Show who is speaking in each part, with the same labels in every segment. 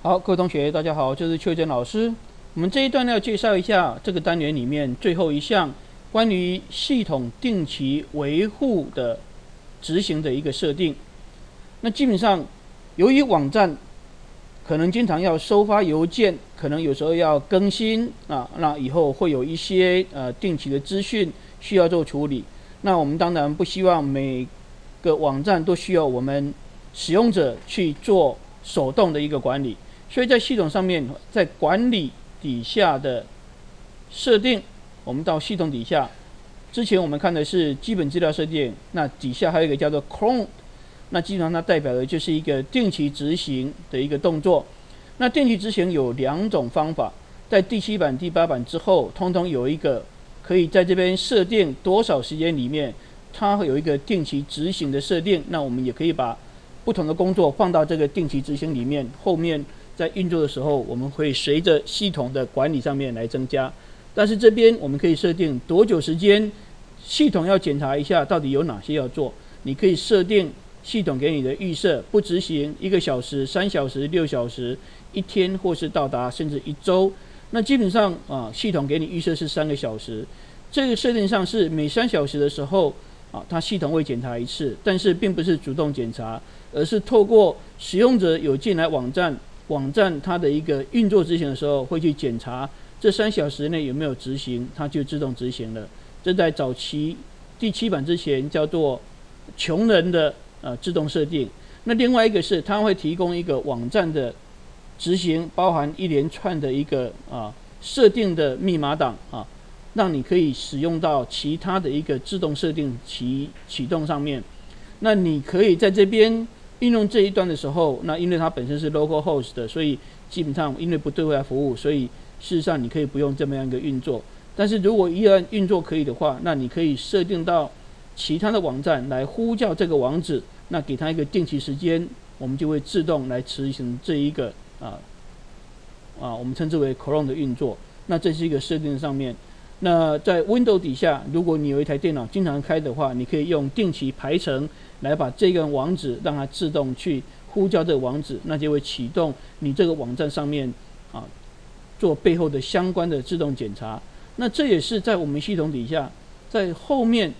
Speaker 1: 好，各位同学，大家好，这是邱真老师。我们这一段要介绍一下这个单元里面最后一项关于系统定期维护的执行的一个设定。那基本上，由于网站可能经常要收发邮件，可能有时候要更新啊，那以后会有一些定期的资讯需要做处理。那我们当然不希望每个网站都需要我们使用者去做手动的一个管理。所以在系统上面，在管理底下的设定，我们到系统底下，之前我们看的是基本资料设定，那底下还有一个叫做 cron， 那基本上它代表的就是一个定期执行的一个动作。那定期执行有两种方法，在第7版、第8版之后，通通有一个可以在这边设定多少时间里面，它会有一个定期执行的设定。那我们也可以把不同的工作放到这个定期执行里面，后面在运作的时候，我们会随着系统的管理上面来增加。但是这边我们可以设定多久时间，系统要检查一下到底有哪些要做。你可以设定系统给你的预设，不执行1个小时、3小时、6小时、1天，或是到达甚至1周。那基本上系统给你预设是3个小时。这个设定上是每3小时的时候它系统会检查一次，但是并不是主动检查，而是透过使用者有进来网站它的一个运作执行的时候，会去检查这3小时内有没有执行，它就自动执行了。这在早期第7版之前叫做穷人的自动设定。那另外一个是它会提供一个网站的执行，包含一连串的一个设定的密码档让你可以使用到其他的一个自动设定启动上面。那你可以在这边运用这一段的时候，那因为它本身是 local host 的，所以基本上因为不对外服务，所以事实上你可以不用这么样一个运作。但是如果依然运作可以的话，那你可以设定到其他的网站来呼叫这个网址，那给它一个定期时间，我们就会自动来执行这一个我们称之为 cron 的运作。那这是一个设定上面。那在 Windows 底下，如果你有一台电脑经常开的话，你可以用定期排程来把这个网址让它自动去呼叫这个网址，那就会启动你这个网站上面做背后的相关的自动检查。那这也是在我们系统底下，在后面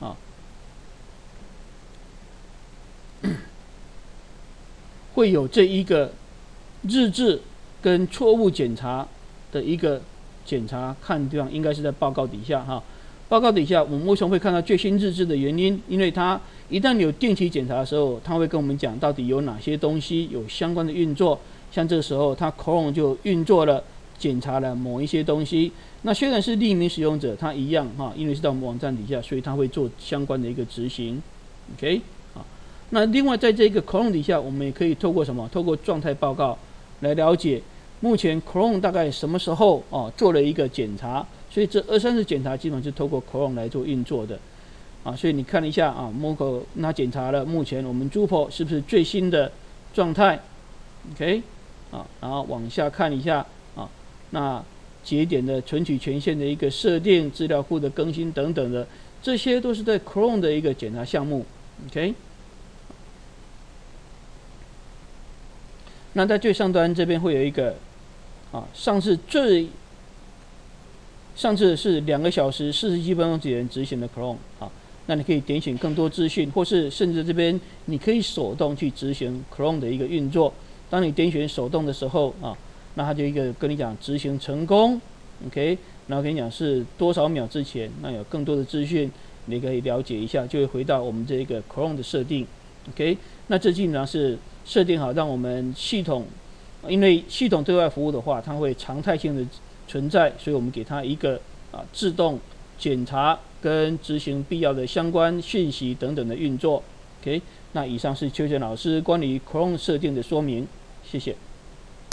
Speaker 1: 会有这一个日志跟错误检查的一个检查，看地方应该是在报告底下报告底下我们为什么会看到最新日志的原因？因为它一旦有定期检查的时候，它会跟我们讲到底有哪些东西有相关的运作。像这个时候它 cron 就运作了，检查了某一些东西。那虽然是匿名使用者，它一样因为是到我们网站底下，所以它会做相关的一个执行。OK 那另外在这个 cron 底下，我们也可以透过什么？透过状态报告来了解目前 cron 大概什么时候做了一个检查。所以这2-3次检查基本上是透过 cron 来做运作的所以你看一下Moco 那检查了目前我们 Drupal 是不是最新的状态 OK 然后往下看一下那节点的存取权限的一个设定、资料库的更新等等的，这些都是在 cron 的一个检查项目 OK。那在最上端这边会有一个上次是2个小时47分钟前执行的 cron 那你可以点选更多资讯，或是甚至这边你可以手动去执行 cron 的一个运作。当你点选手动的时候那它就一个跟你讲执行成功 OK， 然后跟你讲是多少秒之前，那有更多的资讯你可以了解一下，就会回到我们这个 cron 的设定 OK。那这基本上是设定好，让我们系统，因为系统对外服务的话，它会常态性的存在，所以我们给它一个自动检查跟执行必要的相关讯息等等的运作 OK。那以上是邱健老师关于 cron 设定的说明，谢谢。